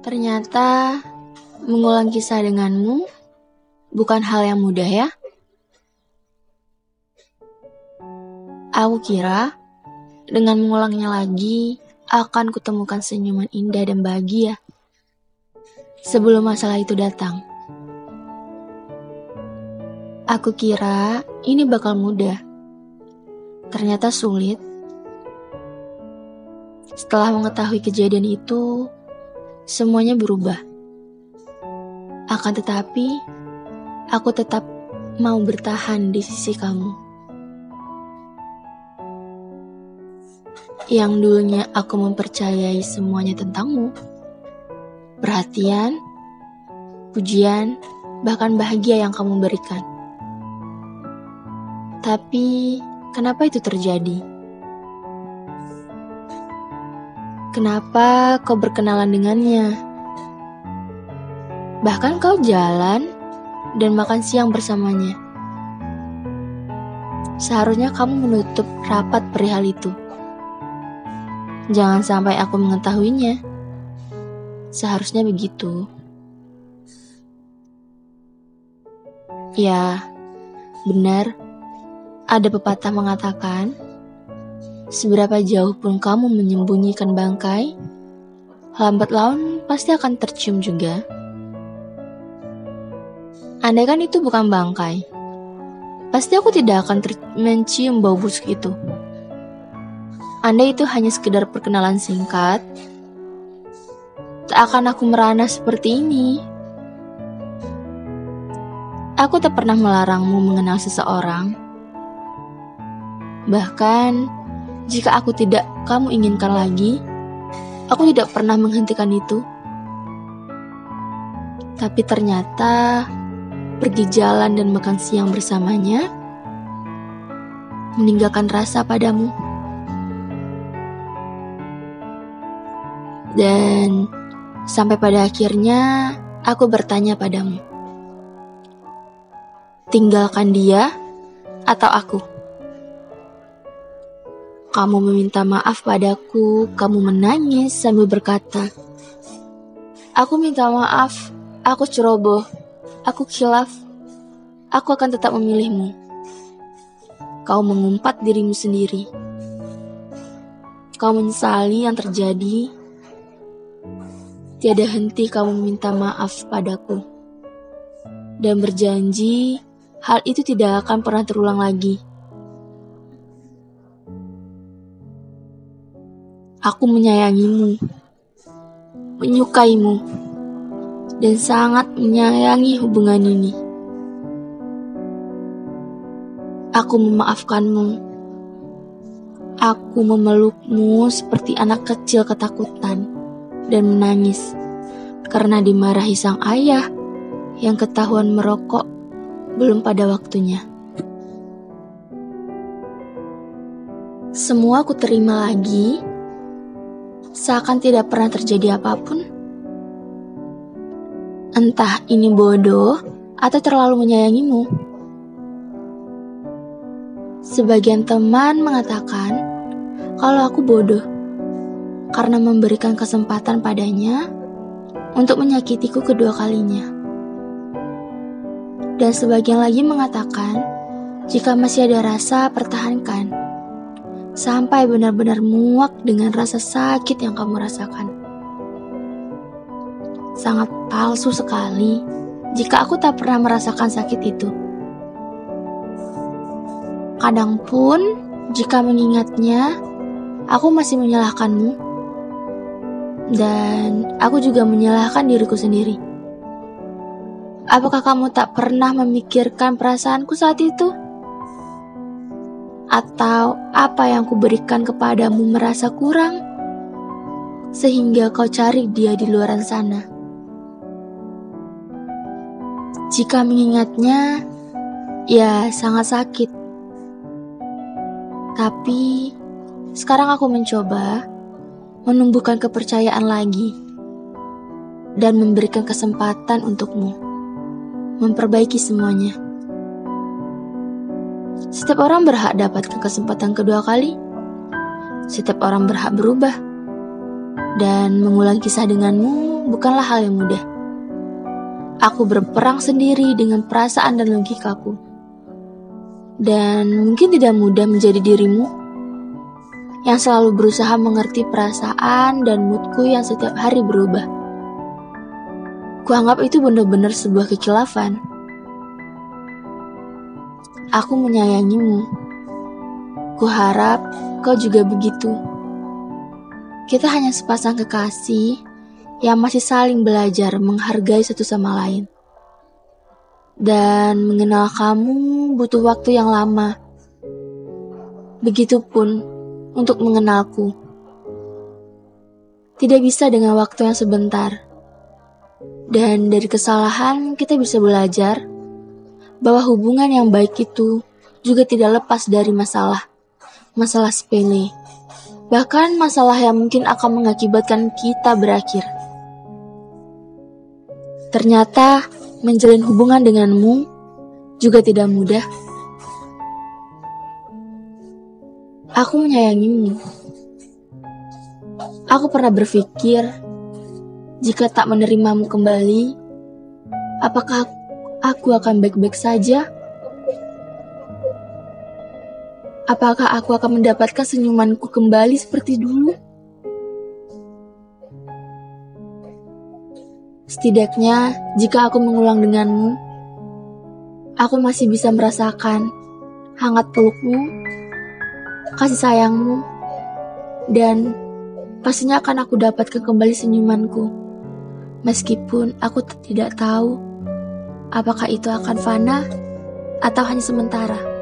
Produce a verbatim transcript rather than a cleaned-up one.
Ternyata mengulang kisah denganmu bukan hal yang mudah ya. Aku kira dengan mengulangnya lagi akan kutemukan senyuman indah dan bahagia sebelum masalah itu datang. Aku kira ini bakal mudah. Ternyata sulit. Setelah mengetahui kejadian itu, semuanya berubah. Akan tetapi, aku tetap mau bertahan di sisi kamu. Yang dulunya aku mempercayai semuanya tentangmu. Perhatian, pujian, bahkan bahagia yang kamu berikan. Tapi, kenapa itu terjadi? Kenapa kau berkenalan dengannya? Bahkan kau jalan dan makan siang bersamanya. Seharusnya kamu menutup rapat perihal itu. Jangan sampai aku mengetahuinya. Seharusnya begitu. Ya, benar. Ada pepatah mengatakan, seberapa jauh pun kamu menyembunyikan bangkai, lambat laun pasti akan tercium juga. Andai kan itu bukan bangkai, pasti aku tidak akan ter- mencium bau busuk itu. Andai itu hanya sekedar perkenalan singkat, tak akan aku merana seperti ini. Aku tak pernah melarangmu mengenal seseorang. Bahkan, jika aku tidak kamu inginkan lagi, aku tidak pernah menghentikan itu. Tapi ternyata, pergi jalan dan makan siang bersamanya, meninggalkan rasa padamu. Dan sampai pada akhirnya, aku bertanya padamu. Tinggalkan dia atau aku? Kamu meminta maaf padaku, kamu menangis sambil berkata, aku minta maaf, aku ceroboh, aku khilaf, aku akan tetap memilihmu. Kau mengumpat dirimu sendiri. Kau menyesali yang terjadi. Tiada henti kamu meminta maaf padaku. Dan berjanji, hal itu tidak akan pernah terulang lagi. Aku menyayangimu, menyukaimu, dan sangat menyayangi hubungan ini. Aku memaafkanmu. Aku memelukmu seperti anak kecil ketakutan dan menangis karena dimarahi sang ayah yang ketahuan merokok belum pada waktunya. Semua aku terima lagi, seakan tidak pernah terjadi apapun. Entah ini bodoh atau terlalu menyayangimu. Sebagian teman mengatakan kalau aku bodoh karena memberikan kesempatan padanya untuk menyakitiku kedua kalinya. Dan sebagian lagi mengatakan jika masih ada rasa, pertahankan sampai benar-benar muak dengan rasa sakit yang kamu rasakan. Sangat palsu sekali jika aku tak pernah merasakan sakit itu. Kadang pun jika mengingatnya, aku masih menyalahkanmu. Dan aku juga menyalahkan diriku sendiri. Apakah kamu tak pernah memikirkan perasaanku saat itu? Atau apa yang kuberikan kepadamu merasa kurang, sehingga kau cari dia di luar sana? Jika mengingatnya, ya sangat sakit. Tapi, sekarang aku mencoba menumbuhkan kepercayaan lagi dan memberikan kesempatan untukmu memperbaiki semuanya. Setiap orang berhak dapatkan kesempatan kedua kali. Setiap orang berhak berubah. Dan mengulang kisah denganmu bukanlah hal yang mudah. Aku berperang sendiri dengan perasaan dan logikaku. Dan mungkin tidak mudah menjadi dirimu yang selalu berusaha mengerti perasaan dan moodku yang setiap hari berubah. Kuanggap itu benar-benar sebuah kekilafan. Aku menyayangimu. Kuharap kau juga begitu. Kita hanya sepasang kekasih yang masih saling belajar menghargai satu sama lain. Dan mengenal kamu butuh waktu yang lama. Begitupun untuk mengenalku. Tidak bisa dengan waktu yang sebentar. Dan dari kesalahan kita bisa belajar bahwa hubungan yang baik itu juga tidak lepas dari masalah. Masalah sepele. Bahkan masalah yang mungkin akan mengakibatkan kita berakhir. Ternyata menjalin hubungan denganmu juga tidak mudah. Aku menyayangimu. Aku pernah berpikir, jika tak menerimamu kembali, apakah aku akan baik-baik saja? Apakah aku akan mendapatkan senyumanku kembali seperti dulu? Setidaknya, jika aku mengulang denganmu, aku masih bisa merasakan hangat pelukmu, kasih sayangmu, dan pastinya akan aku dapatkan kembali senyumanku. Meskipun aku tidak tahu apakah itu akan fana atau hanya sementara.